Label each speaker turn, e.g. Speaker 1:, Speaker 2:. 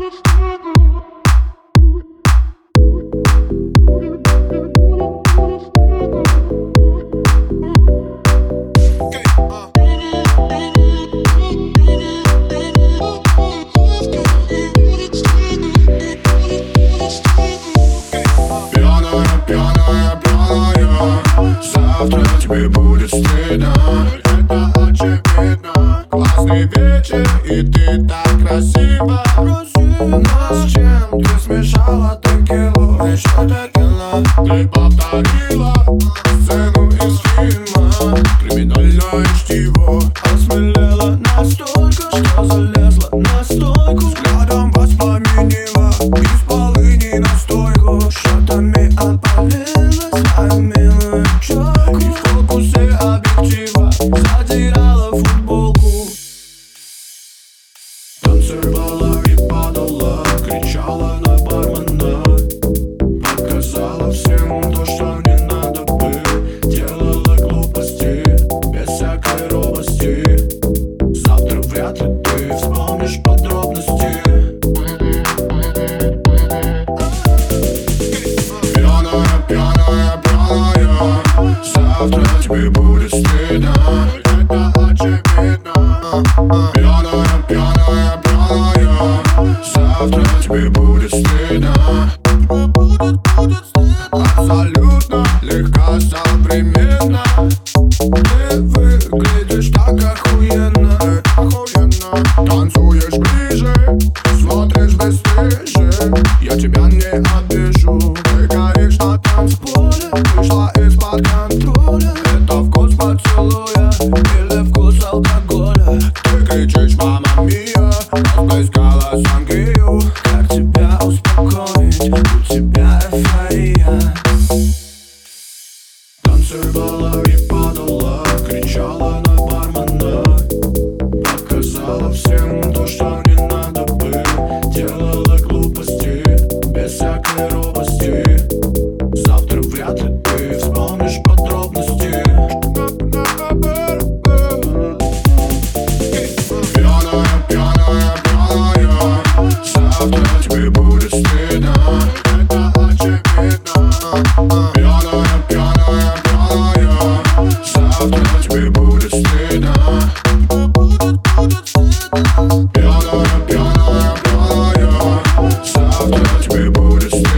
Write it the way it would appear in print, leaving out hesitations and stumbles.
Speaker 1: Завтра тебе будет стыдно, это очевидно. Классный вечер, и ты так красива. Но с чем ты смешала текилу? Еще текила. Ты повторила сцену из фильма «Криминальное чтиво». Осмелела настолько, что залезла на стойку. Взглядом воспламенила из полыни настойку. Шотами опалила свою милую щеку. И в фокусе объектива задирала футболку. Танцевала и падала, кричала на бармена. Показала всем то, что не надо бы. Делала глупости без всякой робости. Завтра вряд ли ты вспомнишь подробности. Пьяная, пьяная, пьяная. Завтра тебе будет стыдно, это очевидно. Пьяная, пьяная, пьяная. Завтра тебе будет стыдно. Абсолютно легко, современно. Ты выглядишь так охуенно, охуенно. Танцуешь ближе, смотришь бесстыже. Я тебя не обижу. Ты горишь на танцполе, вышла из-под контроля. Это вкус поцелуя или вкус алкоголя? Ты кричишь «Мама мия», расплескала сангрию. Как тебя успокоить? У тебя эйфория. Танцевала и падала, кричала на бармена. Показала всем то, что не надо бы. Делала глупости без всякой робости. Завтра вряд ли ты вспомнишь подробности. Пьяная, пьяная, пьяная. Завтра тебе будет стыдно, это очевидно. Пьяная, пьяная, пьяная. Завтра тебе будет стыдно. Пьяная, пьяная, пьяная. Завтра тебе будет стыдно.